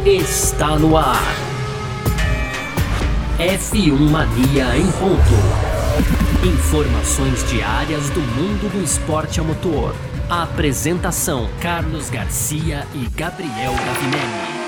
está no ar. F1 Mania em ponto. Informações diárias do mundo do esporte a motor. A apresentação: Carlos Garcia e Gabriel Gavinelli.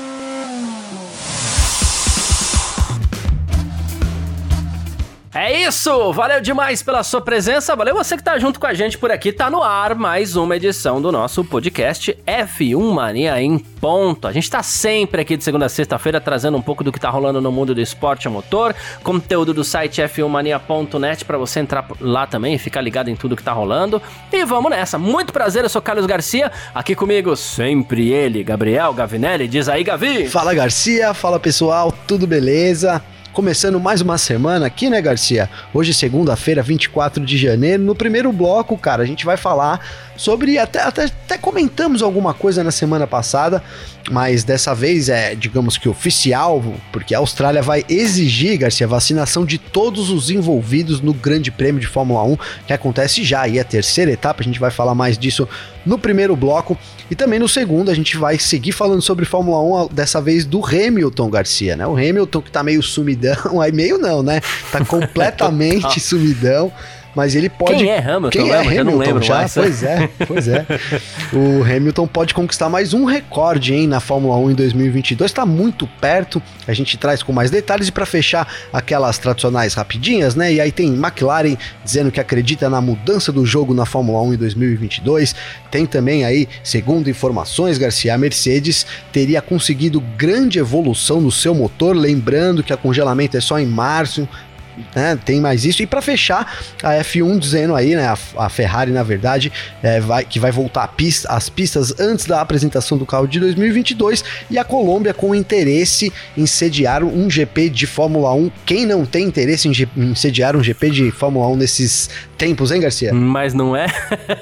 É isso, valeu demais pela sua presença, valeu você que tá junto com a gente por aqui, tá no ar mais uma edição do nosso podcast F1 Mania em ponto. A gente tá sempre aqui de segunda a sexta-feira trazendo um pouco do que tá rolando no mundo do esporte a motor, conteúdo do site f1mania.net pra você entrar lá também e ficar ligado em tudo que tá rolando. E vamos nessa, muito prazer, eu sou Carlos Garcia, aqui comigo sempre ele, Gabriel Gavinelli. Diz aí, Gavi! Fala, Garcia, fala pessoal, tudo beleza? Começando mais uma semana aqui, né, Garcia? Hoje, segunda-feira, 24 de janeiro. No primeiro bloco, cara, a gente vai falar sobre... Até comentamos alguma coisa na semana passada, mas dessa vez é, digamos que oficial, porque a Austrália vai exigir, Garcia, vacinação de todos os envolvidos no Grande Prêmio de Fórmula 1, que acontece já aí, a terceira etapa. A gente vai falar mais disso no primeiro bloco. E também no segundo a gente vai seguir falando sobre Fórmula 1, dessa vez do Hamilton, Garcia, né? O Hamilton que tá meio sumidão, aí meio não, né? Tá completamente sumidão. Mas ele pode... Quem é Hamilton? Quem é Hamilton? Eu não lembro já? mais. Pois é. O Hamilton pode conquistar mais um recorde, hein, na Fórmula 1 em 2022. Tá muito perto. A gente traz com mais detalhes. E para fechar aquelas tradicionais rapidinhas, né? E aí tem McLaren dizendo que acredita na mudança do jogo na Fórmula 1 em 2022. Tem também aí, segundo informações, Garcia, a Mercedes teria conseguido grande evolução no seu motor. Lembrando que o congelamento é só em março. Tem mais isso, e para fechar a F1 dizendo aí, né, a Ferrari na verdade que vai voltar às pistas antes da apresentação do carro de 2022, e a Colômbia com interesse em sediar um GP de Fórmula 1. Quem não tem interesse em sediar um GP de Fórmula 1 nesses tempos, hein, Garcia? Mas não é?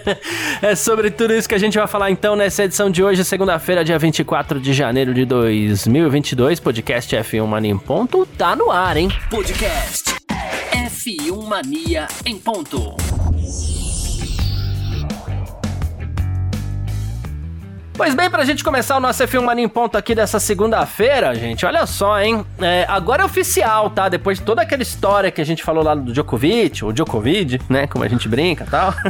É sobre tudo isso que a gente vai falar então nessa edição de hoje, segunda-feira, dia 24 de janeiro de 2022, podcast F1 Mania em ponto, tá no ar, hein? Podcast F1 Mania em ponto. Pois bem, pra gente começar o nosso F1 Mania em ponto aqui dessa segunda-feira, gente, olha só, hein? Agora é oficial, tá? Depois de toda aquela história que a gente falou lá do Djokovic, ou Djokovic, né? Como a gente brinca e tal.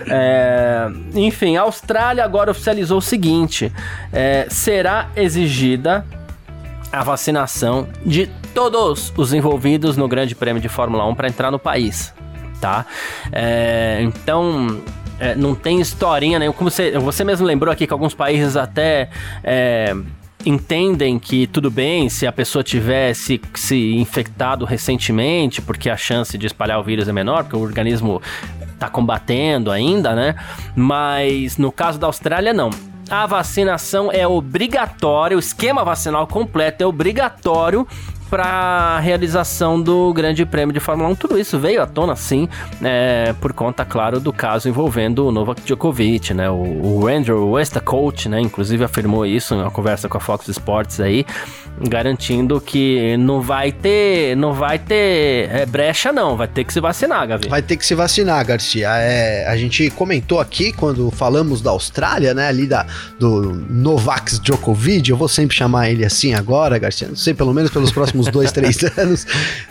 Enfim, a Austrália agora oficializou o seguinte: será exigida a vacinação de todos os envolvidos no Grande Prêmio de Fórmula 1 para entrar no país, tá? Então, não tem historinha nenhuma. Como você mesmo lembrou aqui que alguns países até entendem que tudo bem se a pessoa tivesse se infectado recentemente, porque a chance de espalhar o vírus é menor, porque o organismo tá combatendo ainda, né? Mas no caso da Austrália, não. A vacinação é obrigatória, o esquema vacinal completo é obrigatório para a realização do Grande Prêmio de Fórmula 1. Tudo isso veio à tona, sim, por conta, claro, do caso envolvendo o Novak Djokovic, né? O Andrew Westacott, né? Inclusive afirmou isso em uma conversa com a Fox Sports aí, garantindo que não vai ter brecha não, vai ter que se vacinar, Gavi. Vai ter que se vacinar, Garcia. A gente comentou aqui quando falamos da Austrália, né? Ali do Novak Djokovic, eu vou sempre chamar ele assim agora, Garcia, não sei, pelo menos pelos próximos 2-3 anos,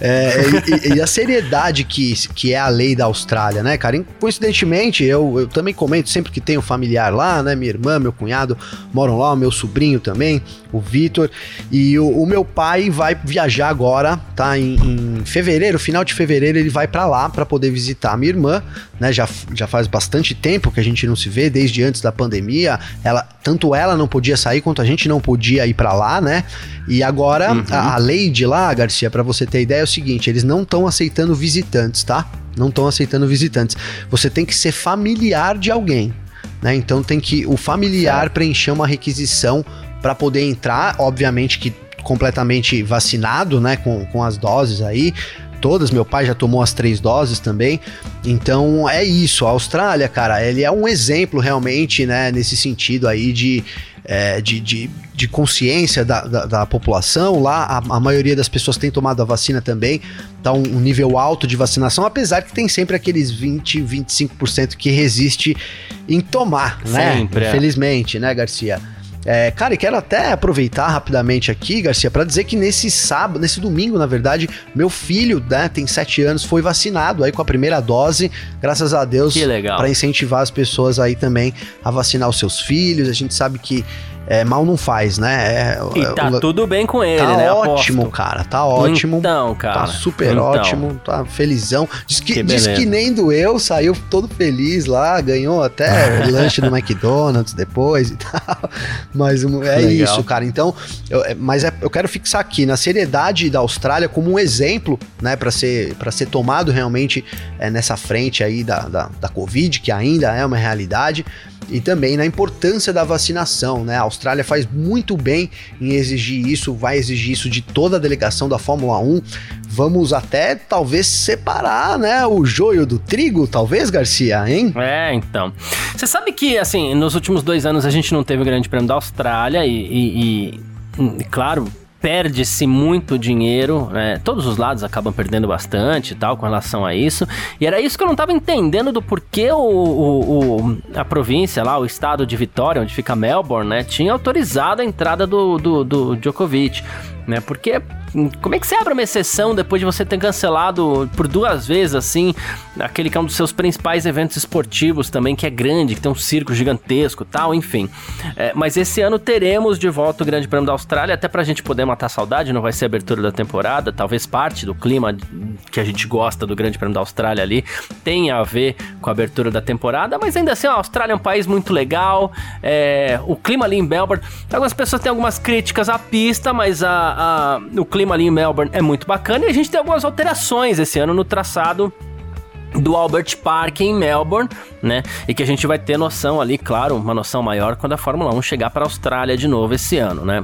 e a seriedade que é a lei da Austrália, né, cara? Coincidentemente, eu também comento sempre que tenho familiar lá, né? Minha irmã, meu cunhado moram lá, o meu sobrinho também, o Vitor, e o meu pai vai viajar agora, tá? Em fevereiro, final de fevereiro, ele vai pra lá pra poder visitar a minha irmã, né? Já faz bastante tempo que a gente não se vê, desde antes da pandemia. Tanto ela não podia sair, quanto a gente não podia ir pra lá, né? E agora, a lei de lá, Garcia, pra você ter ideia, é o seguinte: eles não estão aceitando visitantes, tá? Não estão aceitando visitantes. Você tem que ser familiar de alguém, né? Então tem que o familiar preencher uma requisição para poder entrar, obviamente que completamente vacinado, né? Com as doses aí. Todas, meu pai já tomou as 3 doses também. Então é isso, a Austrália, cara, ele é um exemplo realmente, né, nesse sentido aí de consciência da população. Lá a maioria das pessoas tem tomado a vacina também, tá um nível alto de vacinação, apesar que tem sempre aqueles 20-25% que resiste em tomar, né? Sempre, infelizmente, né, Garcia? Cara, e quero até aproveitar rapidamente aqui, Garcia, para dizer que nesse domingo, na verdade, meu filho, né, tem 7 anos, foi vacinado aí com a primeira dose, graças a Deus, para incentivar as pessoas aí também a vacinar os seus filhos. A gente sabe que mal não faz, né? E tá tudo bem com ele, tá né? Tá ótimo, cara, tá ótimo. Então, cara. Tá super ótimo, tá felizão. Diz que nem doeu, saiu todo feliz lá, ganhou até lanche do McDonald's depois e tal. Mas isso, cara. Então, eu quero fixar aqui na seriedade da Austrália como um exemplo, né, para ser tomado realmente nessa frente aí da Covid, que ainda é uma realidade. E também na importância da vacinação, né? A Austrália faz muito bem em exigir isso, vai exigir isso de toda a delegação da Fórmula 1. Vamos até, talvez, separar, né, o joio do trigo, talvez, Garcia, hein? Então. Você sabe que, assim, nos últimos 2 anos a gente não teve o Grande Prêmio da Austrália e claro, perde-se muito dinheiro, né? Todos os lados acabam perdendo bastante e tal com relação a isso. E era isso que eu não estava entendendo do porquê a província lá, o estado de Vitória, onde fica Melbourne, né, tinha autorizado a entrada do Djokovic, né? Porque como é que você abre uma exceção depois de você ter cancelado por 2 vezes, assim, aquele que é um dos seus principais eventos esportivos também, que é grande, que tem um circo gigantesco e tal, enfim. Mas esse ano teremos de volta o Grande Prêmio da Austrália, até pra gente poder matar a saudade, não vai ser a abertura da temporada, talvez parte do clima que a gente gosta do Grande Prêmio da Austrália ali tenha a ver com a abertura da temporada, mas ainda assim, a Austrália é um país muito legal, o clima ali em Melbourne, algumas pessoas têm algumas críticas à pista, mas o clima ali em Melbourne é muito bacana e a gente tem algumas alterações esse ano no traçado do Albert Park em Melbourne, né? E que a gente vai ter noção ali, claro, uma noção maior quando a Fórmula 1 chegar para a Austrália de novo esse ano, né?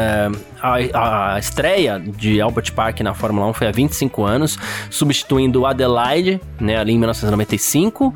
A estreia de Albert Park na Fórmula 1 foi há 25 anos, substituindo o Adelaide, né, ali em 1995.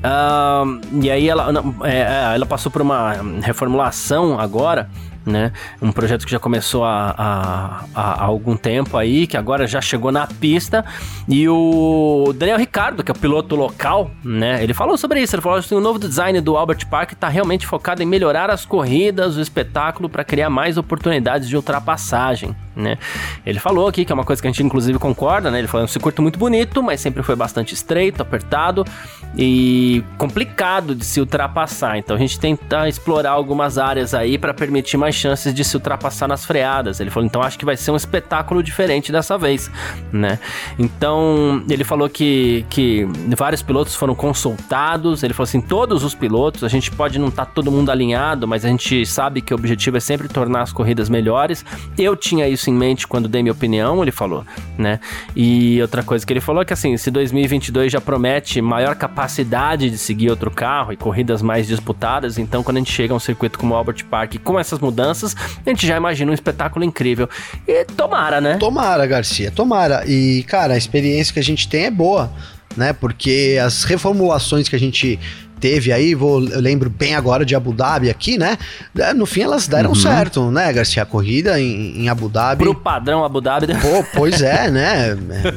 E aí ela passou por uma reformulação agora, né? Um projeto que já começou há algum tempo aí, que agora já chegou na pista. E o Daniel Ricciardo, que é o piloto local, né? Ele falou sobre isso. Ele falou que o novo design do Albert Park está realmente focado em melhorar as corridas, o espetáculo, para criar mais oportunidades de ultrapassagem, né? Ele falou aqui que é uma coisa que a gente inclusive concorda, né? Ele falou: é um circuito muito bonito, mas sempre foi bastante estreito, apertado e complicado de se ultrapassar. Então a gente tenta explorar algumas áreas aí para permitir mais chances de se ultrapassar nas freadas. Ele falou: então acho que vai ser um espetáculo diferente dessa vez, né? Então ele falou que vários pilotos foram consultados. Ele falou assim: todos os pilotos, a gente pode não estar todo mundo alinhado, mas a gente sabe que o objetivo é sempre tornar as corridas melhores. Eu tinha isso em mente quando dei minha opinião, ele falou, né? E outra coisa que ele falou é que, assim, se 2022 já promete maior capacidade de seguir outro carro e corridas mais disputadas, então quando a gente chega a um circuito como o Albert Park com essas mudanças, a gente já imagina um espetáculo incrível. E tomara, né? Tomara, Garcia, tomara. E, cara, a experiência que a gente tem é boa, né? Porque as reformulações que a gente teve aí, eu lembro bem agora de Abu Dhabi aqui, né? No fim elas deram certo, né, Garcia? A corrida em Abu Dhabi. Pro padrão Abu Dhabi. Pô, pois é, né?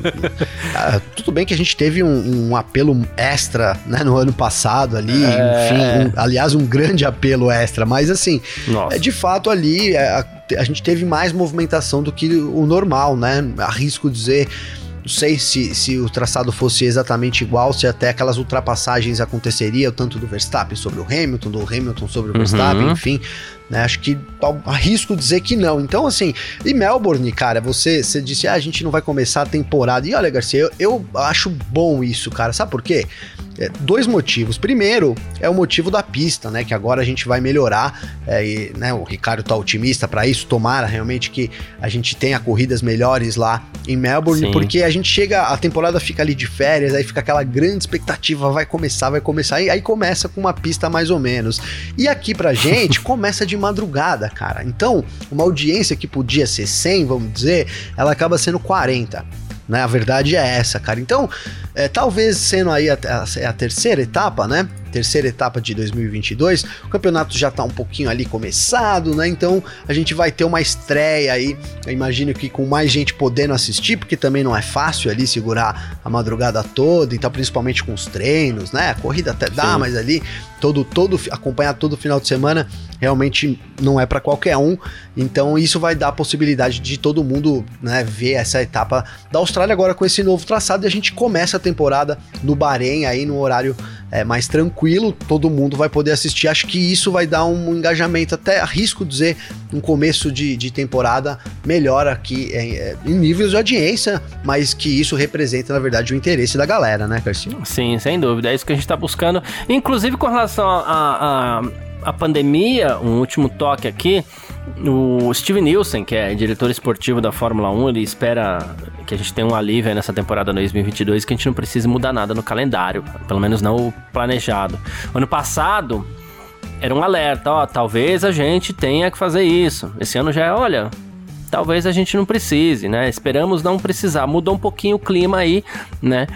Tudo bem que a gente teve um apelo extra, né, no ano passado ali, enfim, aliás, um grande apelo extra, mas assim, de fato ali a gente teve mais movimentação do que o normal, né? Arrisco dizer. Não sei se o traçado fosse exatamente igual, se até aquelas ultrapassagens aconteceriam, tanto do Verstappen sobre o Hamilton, do Hamilton sobre o Verstappen, enfim, né? Acho que arrisco dizer que não. Então, assim, e Melbourne, cara, você disse, a gente não vai começar a temporada. E olha, Garcia, eu acho bom isso, cara. Sabe por quê? 2 motivos. Primeiro, é o motivo da pista, né? Que agora a gente vai melhorar. Né, o Ricardo tá otimista para isso. Tomara realmente que a gente tenha corridas melhores lá em Melbourne. Sim. Porque a gente a temporada fica ali de férias, aí fica aquela grande expectativa, vai começar, e aí começa com uma pista mais ou menos. E aqui pra gente, começa de madrugada, cara. Então, uma audiência que podia ser 100, vamos dizer, ela acaba sendo 40. Né? A verdade é essa, cara. Então, talvez sendo aí a terceira etapa, né? Terceira etapa de 2022, o campeonato já tá um pouquinho ali começado, né? Então a gente vai ter uma estreia aí, eu imagino que com mais gente podendo assistir, porque também não é fácil ali segurar a madrugada toda, então principalmente com os treinos, né? A corrida até dá, mas ali acompanhar todo final de semana realmente não é para qualquer um, então isso vai dar a possibilidade de todo mundo, né, ver essa etapa da Austrália agora com esse novo traçado, e a gente começa a temporada no Bahrein aí no horário mais tranquilo, todo mundo vai poder assistir. Acho que isso vai dar um engajamento, até arrisco dizer, um começo de temporada melhor aqui em níveis de audiência, mas que isso representa, na verdade, o interesse da galera, né, Garcia? Sim, sem dúvida, é isso que a gente tá buscando, inclusive com relação a pandemia, um último toque aqui, o Steve Nielsen, que é diretor esportivo da Fórmula 1, ele espera que a gente tenha um alívio aí nessa temporada 2022, que a gente não precise mudar nada no calendário, pelo menos não o planejado. Ano passado era um alerta, talvez a gente tenha que fazer isso. Esse ano já é, talvez a gente não precise, né? Esperamos não precisar. Mudou um pouquinho o clima aí, né?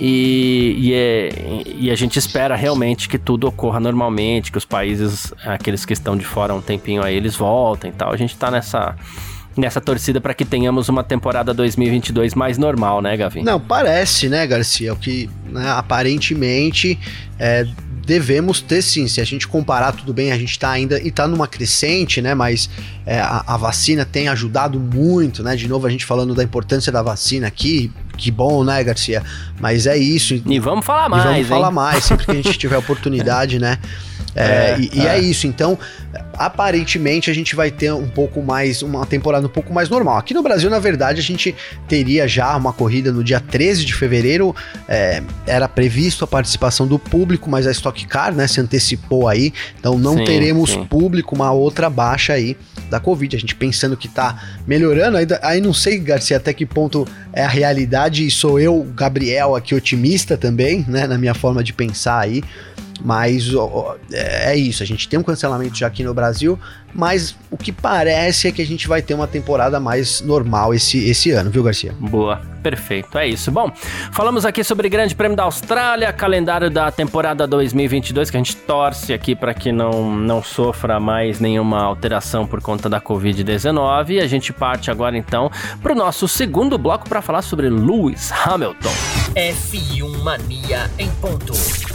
E a gente espera realmente que tudo ocorra normalmente, que os países, aqueles que estão de fora há um tempinho aí, eles voltem e tal. A gente tá nessa torcida para que tenhamos uma temporada 2022 mais normal, né, Gavi? Não, parece, né, Garcia? O que, né, aparentemente devemos ter, sim. Se a gente comparar, tudo bem, a gente tá ainda e tá numa crescente, né, mas a vacina tem ajudado muito, né, de novo a gente falando da importância da vacina aqui, que bom, né, Garcia? Mas é isso. E vamos falar mais, vamos falar mais, sempre que a gente tiver oportunidade, né? É isso, então aparentemente a gente vai ter uma temporada um pouco mais normal. Aqui no Brasil, na verdade, a gente teria já uma corrida no dia 13 de fevereiro, era previsto a participação do público, mas a Stock Car, né, se antecipou aí, então não teremos público, uma outra baixa aí da Covid, a gente pensando que tá melhorando, aí não sei, Garcia, até que ponto é a realidade, e sou eu, Gabriel, aqui otimista também, né, na minha forma de pensar aí, mas é isso, a gente tem um cancelamento já aqui no Brasil, mas o que parece é que a gente vai ter uma temporada mais normal esse ano, viu, Garcia? Boa, perfeito, é isso. Bom, falamos aqui sobre Grande Prêmio da Austrália, calendário da temporada 2022, que a gente torce aqui para que não sofra mais nenhuma alteração por conta da Covid-19, e a gente parte agora então para o nosso segundo bloco para falar sobre Lewis Hamilton. F1 Mania em ponto.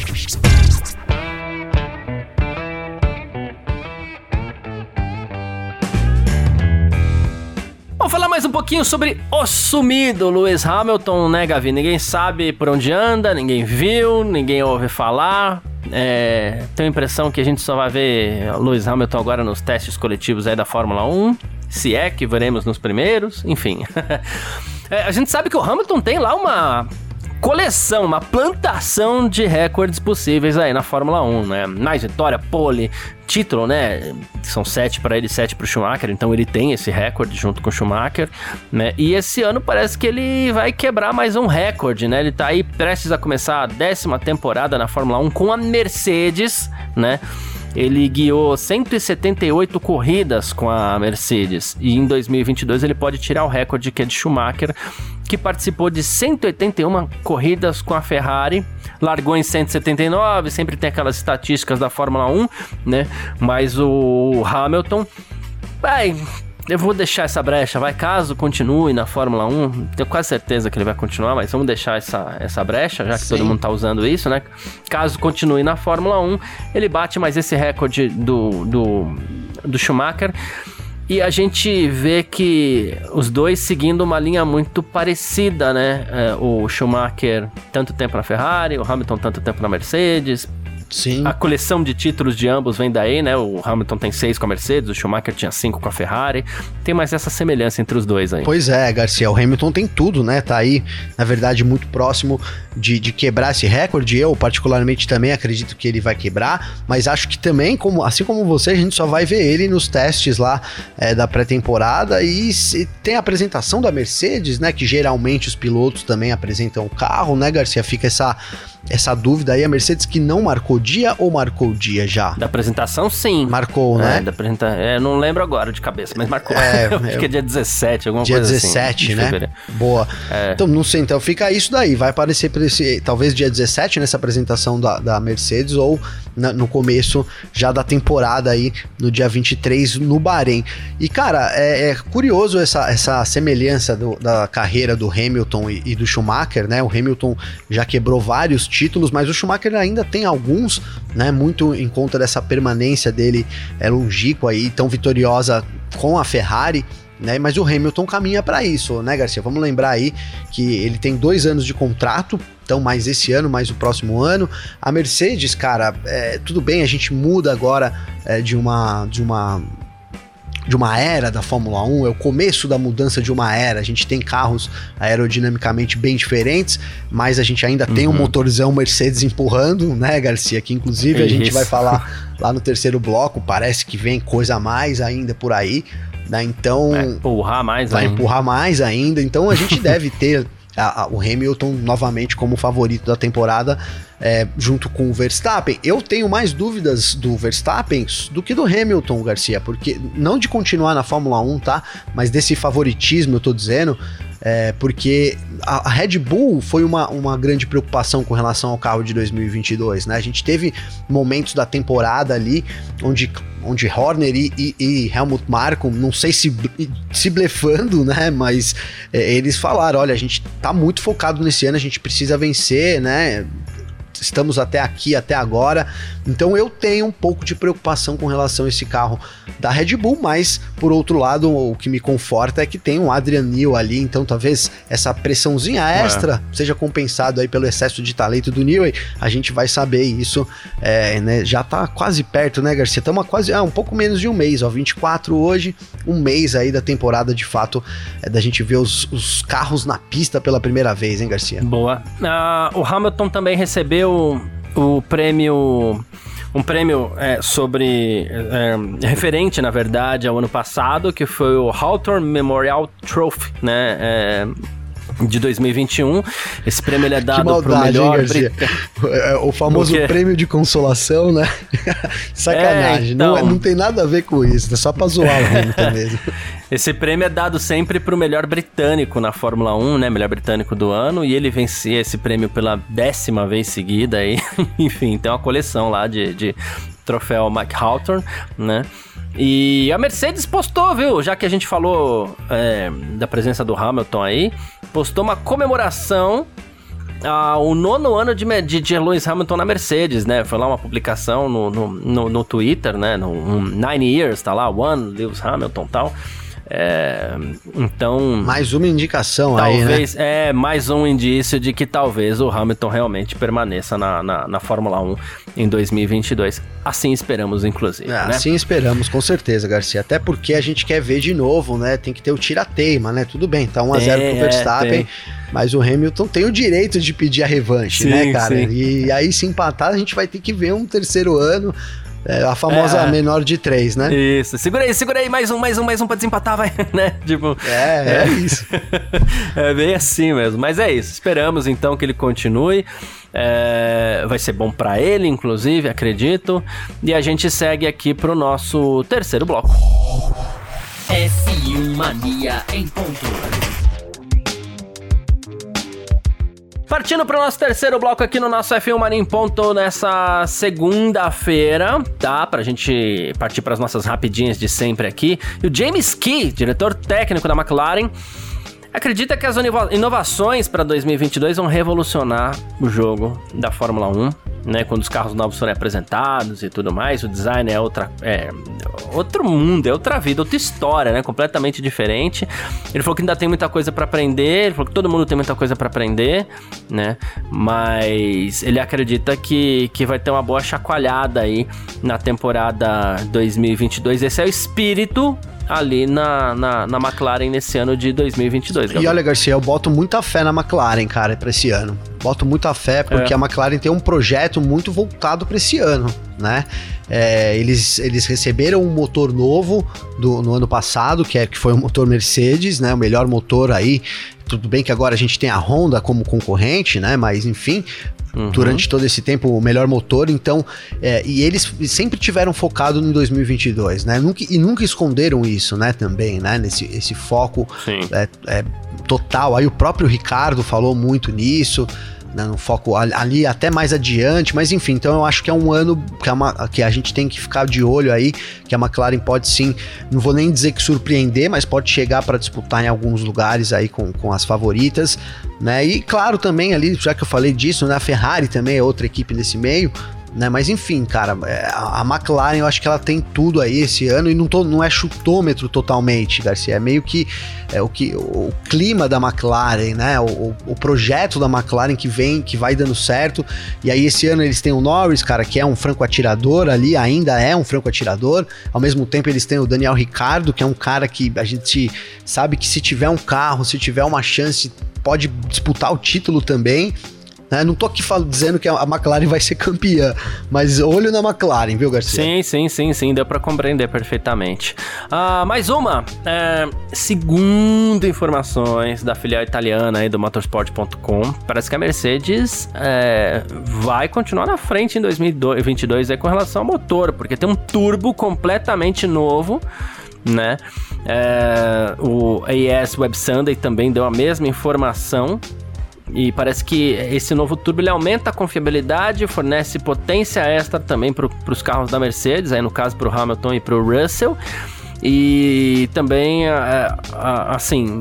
Vamos falar mais um pouquinho sobre o sumido Lewis Hamilton, né, Gavi? Ninguém sabe por onde anda, ninguém viu, ninguém ouve falar. Tenho a impressão que a gente só vai ver Lewis Hamilton agora nos testes coletivos aí da Fórmula 1, se é que veremos nos primeiros, enfim. A gente sabe que o Hamilton tem lá uma coleção, uma plantação de recordes possíveis aí na Fórmula 1, né? Mais vitória, pole, título, né? São 7 para ele, 7 para o Schumacher, então ele tem esse recorde junto com o Schumacher, né? E esse ano parece que ele vai quebrar mais um recorde, né? Ele tá aí prestes a começar a 10ª temporada na Fórmula 1 com a Mercedes, né? Ele guiou 178 corridas com a Mercedes e em 2022 ele pode tirar o recorde que é de Schumacher, que participou de 181 corridas com a Ferrari, largou em 179, sempre tem aquelas estatísticas da Fórmula 1, né? Mas o Hamilton, eu vou deixar essa brecha, caso continue na Fórmula 1, tenho quase certeza que ele vai continuar, mas vamos deixar essa brecha, já que todo mundo tá usando isso, né? Caso continue na Fórmula 1, ele bate mais esse recorde do Schumacher, e a gente vê que os dois seguindo uma linha muito parecida, né? O Schumacher tanto tempo na Ferrari, o Hamilton tanto tempo na Mercedes. Sim. A coleção de títulos de ambos vem daí, né? O Hamilton tem 6 com a Mercedes, o Schumacher tinha 5 com a Ferrari. Tem mais essa semelhança entre os dois aí. Pois é, Garcia, o Hamilton tem tudo, né? Tá aí, na verdade, muito próximo de quebrar esse recorde. Eu, particularmente, também acredito que ele vai quebrar, mas acho que também, assim como você, a gente só vai ver ele nos testes lá da pré-temporada, e tem a apresentação da Mercedes, né? Que geralmente os pilotos também apresentam o carro, né, Garcia? Fica essa dúvida aí, a Mercedes que não marcou dia ou marcou o dia já? Da apresentação, sim. Marcou, né? Não lembro agora de cabeça, mas marcou. Acho que é dia 17, alguma dia coisa 17, assim. Né? Fevereiro. Boa. Então, não sei, então fica isso daí. Vai aparecer talvez dia 17 nessa apresentação da Mercedes ou no começo já da temporada aí, no dia 23 no Bahrein. E, cara, é curioso essa semelhança da carreira do Hamilton e do Schumacher, né? O Hamilton já quebrou vários títulos, mas o Schumacher ainda tem alguns, né? Muito em conta dessa permanência dele longínqua aí, tão vitoriosa com a Ferrari, né? Mas o Hamilton caminha para isso, né, Garcia? Vamos lembrar aí que ele tem 2 anos de contrato, então mais esse ano, mais o próximo ano. A Mercedes, cara, tudo bem, a gente muda agora de uma era da Fórmula 1, é o começo da mudança de uma era, a gente tem carros aerodinamicamente bem diferentes, mas a gente ainda tem um motorzão Mercedes empurrando, né, Garcia, que inclusive a gente vai falar lá no terceiro bloco, parece que vem coisa a mais ainda por aí, né, então... Vai empurrar mais ainda, então a gente deve ter o Hamilton novamente como favorito da temporada, junto com o Verstappen. Eu tenho mais dúvidas do Verstappen do que do Hamilton, Garcia, porque não de continuar na Fórmula 1, tá? Mas desse favoritismo, eu tô dizendo, porque a Red Bull foi uma grande preocupação com relação ao carro de 2022, né? A gente teve momentos da temporada ali onde Horner e Helmut Marko, não sei se blefando, né? Mas eles falaram, olha, a gente tá muito focado nesse ano, a gente precisa vencer, né? Estamos até aqui, até agora, então eu tenho um pouco de preocupação com relação a esse carro da Red Bull, mas por outro lado, o que me conforta é que tem um Adrian Newey ali, então talvez essa pressãozinha extra seja compensado aí pelo excesso de talento do Newey, a gente vai saber isso, né? Já tá quase perto, né, Garcia? Estamos quase, um pouco menos de um mês, 24 hoje, um mês aí da temporada, de fato, da gente ver os carros na pista pela primeira vez, hein, Garcia? Boa. O Hamilton também recebeu um prêmio referente, na verdade, ao ano passado, que foi o Hawthorne Memorial Trophy, né? De 2021. Esse prêmio ele é dado pro melhor o famoso prêmio de consolação, né? Sacanagem, então... não tem nada a ver com isso, é só pra zoar o Hamilton mesmo. Esse prêmio é dado sempre pro melhor britânico na Fórmula 1, né? Melhor britânico do ano, e ele vencia esse prêmio pela 10ª vez seguida aí. Enfim, tem uma coleção lá de troféu Mike Hawthorne, né? E a Mercedes postou, viu? Já que a gente falou da presença do Hamilton aí, postou uma comemoração ao 9º ano de Lewis Hamilton na Mercedes, né? Foi lá uma publicação no Twitter, né? No 9 Years, tá lá, One Lewis Hamilton e tal. Então... Mais uma indicação talvez, aí, né? Mais um indício de que talvez o Hamilton realmente permaneça na Fórmula 1 em 2022. Assim esperamos, inclusive, né? Assim esperamos, com certeza, Garcia. Até porque a gente quer ver de novo, né? Tem que ter o tira-teima, né? Tudo bem, tá 1-0 pro Verstappen, mas o Hamilton tem o direito de pedir a revanche, né, cara? Sim. E aí, se empatar, a gente vai ter que ver um terceiro ano. A famosa menor de 3, né? Isso, segura aí, mais um pra desempatar, vai, né? Tipo, é isso. É bem assim mesmo, mas é isso, esperamos então que ele continue, vai ser bom pra ele, inclusive, acredito, e a gente segue aqui pro nosso terceiro bloco. F1 Mania em ponto. Partindo para o nosso terceiro bloco aqui no nosso F1 Mania em ponto nessa segunda-feira, tá? Pra gente partir para as nossas rapidinhas de sempre aqui. E o James Key, diretor técnico da McLaren, acredita que as inovações para 2022 vão revolucionar o jogo da Fórmula 1, né? Quando os carros novos forem apresentados e tudo mais, o design é outro mundo, é outra vida, outra história, né? Completamente diferente. Ele falou que ainda tem muita coisa para aprender, ele falou que todo mundo tem muita coisa para aprender, né? Mas ele acredita que vai ter uma boa chacoalhada aí na temporada 2022. Esse é o espírito ali na McLaren nesse ano de 2022. Gabriel. E olha, Garcia, eu boto muita fé na McLaren, cara, pra esse ano. Boto muita fé porque a McLaren tem um projeto muito voltado para esse ano, né? Eles receberam um motor novo no ano passado, que foi o motor Mercedes, né? O melhor motor aí. Tudo bem que agora a gente tem a Honda como concorrente, né? Mas enfim, durante todo esse tempo, o melhor motor, então, e eles sempre tiveram focado em 2022, né? Nunca esconderam isso, né, também, né, esse foco total. Aí o próprio Ricardo falou muito nisso, né, no foco ali até mais adiante, mas enfim, então eu acho que é um ano que a gente tem que ficar de olho aí, que a McLaren pode sim, não vou nem dizer que surpreender, mas pode chegar para disputar em alguns lugares aí com as favoritas, né, e claro também ali, já que eu falei disso, né, a Ferrari também é outra equipe nesse meio, né, mas enfim, cara, a McLaren eu acho que ela tem tudo aí esse ano e não é chutômetro totalmente, Garcia, é meio que o clima da McLaren, né, o projeto da McLaren que vai dando certo, e aí esse ano eles têm o Norris, cara, que é um franco atirador ali, ainda é um franco atirador, ao mesmo tempo eles têm o Daniel Ricciardo, que é um cara que a gente sabe que se tiver um carro, se tiver uma chance, pode disputar o título também. Não tô aqui dizendo que a McLaren vai ser campeã, mas olho na McLaren, viu, Garcia? Sim, deu pra compreender perfeitamente. Mais uma, segundo informações da filial italiana aí do motorsport.com, parece que a Mercedes vai continuar na frente em 2022 aí com relação ao motor, porque tem um turbo completamente novo, né? O AS Web Sunday também deu a mesma informação. E parece que esse novo turbo ele aumenta a confiabilidade, fornece potência extra também para os carros da Mercedes, aí no caso para o Hamilton e para o Russell. E também, assim,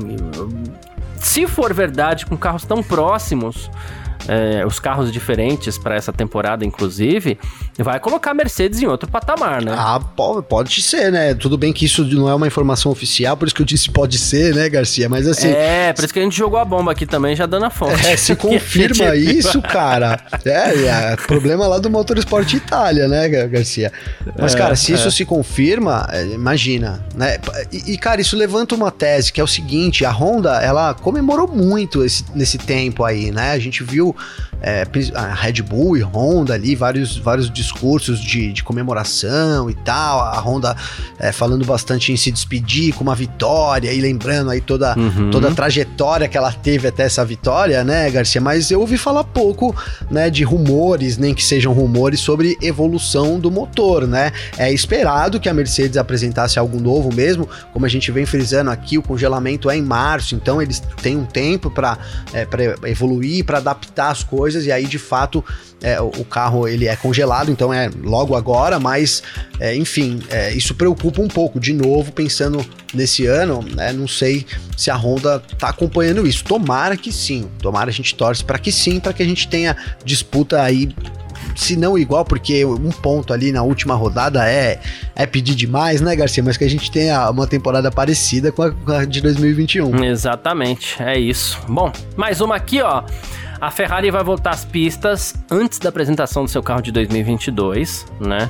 se for verdade, com carros tão próximos, os carros diferentes para essa temporada, inclusive, vai colocar a Mercedes em outro patamar, né? Pode ser, né? Tudo bem que isso não é uma informação oficial, por isso que eu disse pode ser, né, Garcia? Mas assim... por isso que a gente jogou a bomba aqui também, já dando a fonte. Se confirma isso, cara. Problema lá do Motorsport Itália, né, Garcia? Mas, cara, se isso se confirma, imagina, né? E, cara, isso levanta uma tese, que é o seguinte, a Honda, ela comemorou muito nesse tempo aí, né? A gente viu a Red Bull e Honda ali, vários discursos de comemoração e tal, a Honda falando bastante em se despedir com uma vitória e lembrando aí toda a trajetória que ela teve até essa vitória, né, Garcia? Mas eu ouvi falar pouco, né, de rumores, nem que sejam rumores sobre evolução do motor, né? É esperado que a Mercedes apresentasse algo novo mesmo, como a gente vem frisando aqui, o congelamento é em março, então eles têm um tempo para evoluir, para adaptar as coisas, e aí de fato o carro ele é congelado, então é logo agora, mas enfim, isso preocupa um pouco, de novo, pensando nesse ano, né, não sei se a Honda tá acompanhando isso, tomara que sim, tomara, a gente torce para que sim, para que a gente tenha disputa aí, se não igual, porque um ponto ali na última rodada é pedir demais, né, Garcia? Mas que a gente tenha uma temporada parecida com a de 2021. Exatamente, é isso. Bom, mais uma aqui, ó. A Ferrari vai voltar às pistas antes da apresentação do seu carro de 2022, né?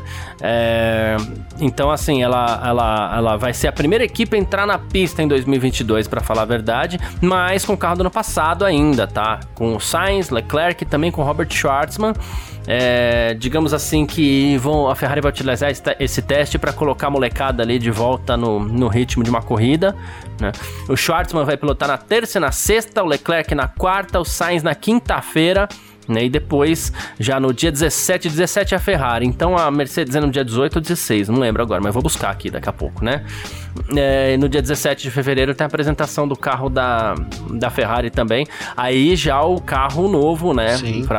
Então, assim, ela vai ser a primeira equipe a entrar na pista em 2022, para falar a verdade, mas com o carro do ano passado ainda, tá? Com o Sainz, Leclerc e também com o Robert Shwartzman. Digamos assim que a Ferrari vai utilizar esse teste para colocar a molecada ali de volta no ritmo de uma corrida, né? O Shwartzman vai pilotar na terça e na sexta, o Leclerc na quarta, o Sainz na quinta-feira, né? E depois, já no dia 17 a Ferrari. Então a Mercedes é no dia 18 ou 16, não lembro agora, mas vou buscar aqui daqui a pouco, né? No dia 17 de fevereiro tem a apresentação do carro da Ferrari também. Aí já o carro novo, né?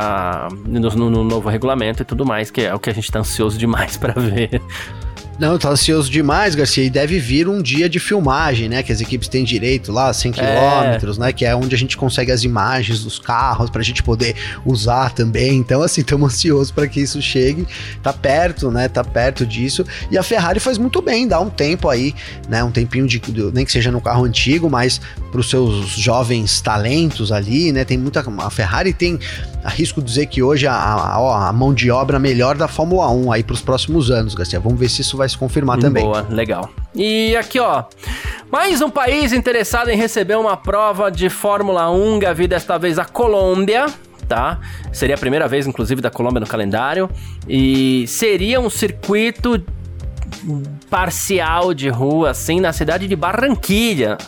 No novo regulamento e tudo mais, que é o que a gente tá ansioso demais pra ver. Não, tá ansioso demais, Garcia, e deve vir um dia de filmagem, né, que as equipes têm direito lá, 100 km, né, que é onde a gente consegue as imagens dos carros pra gente poder usar também, então assim, estamos ansiosos para que isso chegue, tá perto, né, tá perto disso, e a Ferrari faz muito bem, dá um tempo aí, né, um tempinho nem que seja no carro antigo, mas pros seus jovens talentos ali, né, a Ferrari tem, arrisco dizer que hoje a mão de obra melhor da Fórmula 1 aí pros próximos anos, Garcia, vamos ver se isso vai se confirmar também. Boa, legal. E aqui, ó, mais um país interessado em receber uma prova de Fórmula 1, Gavi, desta vez a Colômbia, tá? Seria a primeira vez, inclusive, da Colômbia no calendário, e seria um circuito parcial de rua, assim, na cidade de Barranquilla,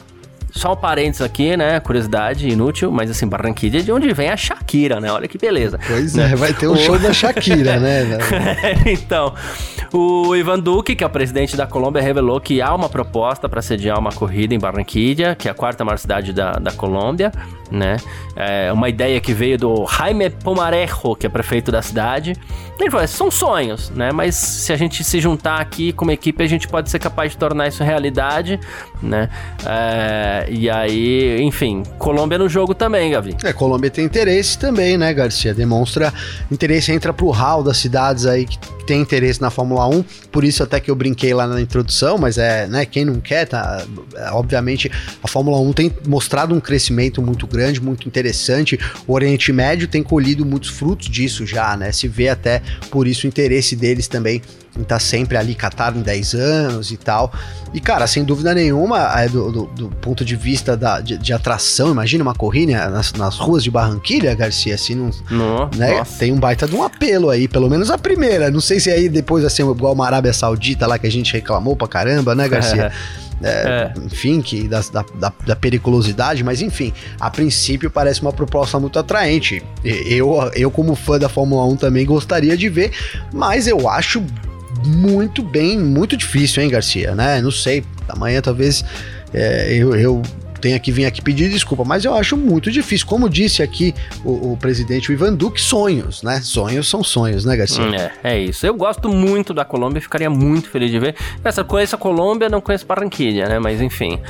Só um parênteses aqui, né? Curiosidade inútil, mas assim, Barranquilla é de onde vem a Shakira, né? Olha que beleza. Pois é, vai ter um show da Shakira, né? Então, o Ivan Duque, que é o presidente da Colômbia, revelou que há uma proposta para sediar uma corrida em Barranquilla, que é a quarta maior cidade da Colômbia, né? É uma ideia que veio do Jaime Pomarejo, que é prefeito da cidade. Ele falou, são sonhos, né? Mas se a gente se juntar aqui como equipe, a gente pode ser capaz de tornar isso realidade, né? E aí, enfim, Colômbia no jogo também, Gavi. Colômbia tem interesse também, né, Garcia? Demonstra interesse, entra pro hall das cidades aí que tem interesse na Fórmula 1, por isso até que eu brinquei lá na introdução, mas né, quem não quer, tá? Obviamente, a Fórmula 1 tem mostrado um crescimento muito grande, muito interessante, o Oriente Médio tem colhido muitos frutos disso já, né? Se vê até por isso o interesse deles também em estar sempre ali, Qatar em 10 anos e tal. E, cara, sem dúvida nenhuma, do ponto de vista de atração, imagina uma corrida nas ruas de Barranquilla, Garcia, assim, né? Tem um baita de um apelo aí, pelo menos a primeira. Não sei se aí depois vai ser igual uma Arábia Saudita lá, que a gente reclamou pra caramba, né, Garcia? Enfim, que da periculosidade, mas enfim, a princípio parece uma proposta muito atraente. Eu como fã da Fórmula 1 também gostaria de ver, mas eu acho muito difícil, hein, Garcia, né? Não sei, amanhã talvez eu tenha que vir aqui pedir desculpa, mas eu acho muito difícil. Como disse aqui o presidente Ivan Duque, sonhos, né? Sonhos são sonhos, né, Garcia? É isso. Eu gosto muito da Colômbia, ficaria muito feliz de ver. Conheço a Colômbia, não conheço Barranquilla, né? Mas enfim.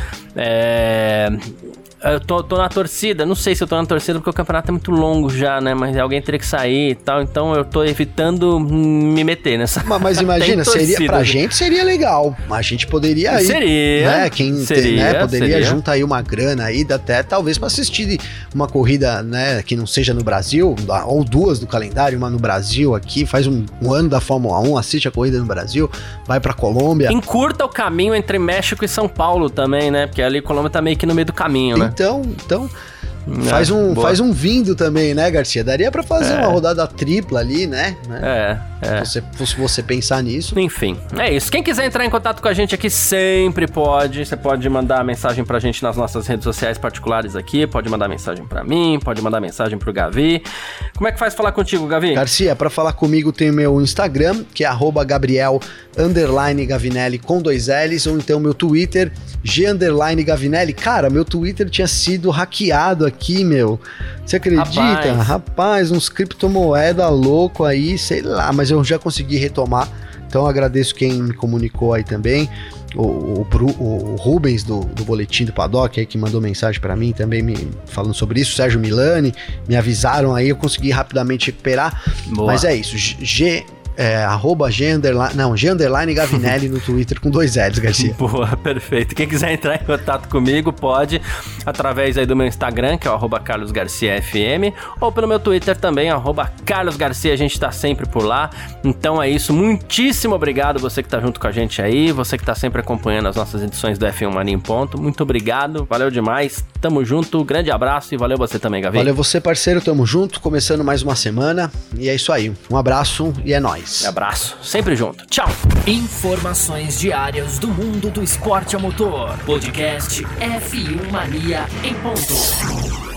Eu tô na torcida, não sei se eu tô na torcida porque o campeonato é muito longo já, né? Mas alguém teria que sair e tal, então eu tô evitando me meter nessa. Mas imagina, pra gente seria legal. A gente poderia ir. Seria. Né? Poderia juntar aí uma grana aí, até talvez pra assistir uma corrida, né? Que não seja no Brasil, ou duas do calendário, uma no Brasil aqui, faz um ano da Fórmula 1, assiste a corrida no Brasil, vai pra Colômbia. Encurta o caminho entre México e São Paulo também, né? Porque ali a Colômbia tá meio que no meio do caminho, né? Então faz um vindo também, né, Garcia? Daria pra fazer uma rodada tripla ali, né? Se você pensar nisso. Enfim, é isso. Quem quiser entrar em contato com a gente aqui sempre pode. Você pode mandar mensagem pra gente nas nossas redes sociais particulares aqui, pode mandar mensagem pra mim, pode mandar mensagem pro Gavi. Como é que faz falar contigo, Gavi? Garcia, pra falar comigo tem o meu Instagram, que é @Gabriel_Gavinelli com 2 L's, ou então meu Twitter, G_Gavinelli. Cara, meu Twitter tinha sido hackeado aqui, meu. Você acredita? Rapaz, uns criptomoeda louco aí, sei lá, mas eu já consegui retomar. Então eu agradeço quem me comunicou aí também. O Rubens do Boletim do Paddock aí, que mandou mensagem pra mim também falando sobre isso. Sérgio Milani, me avisaram aí, eu consegui rapidamente recuperar. Boa. Mas é isso, G_Gavinelli no Twitter com 2 L's, Garcia. Boa, perfeito. Quem quiser entrar em contato comigo pode através aí do meu Instagram, que é o @CarlosGarciaFM, ou pelo meu Twitter também, @CarlosGarcia, a gente tá sempre por lá. Então é isso, muitíssimo obrigado você que tá junto com a gente aí, você que tá sempre acompanhando as nossas edições do F1 Mania em Ponto. Muito obrigado, valeu demais, tamo junto, grande abraço e valeu você também, Gavi. Valeu você, parceiro, tamo junto, começando mais uma semana, e é isso aí, um abraço e é nóis. Abraço, sempre junto. Tchau. Informações diárias do mundo do esporte a motor. Podcast F1 Mania em Ponto.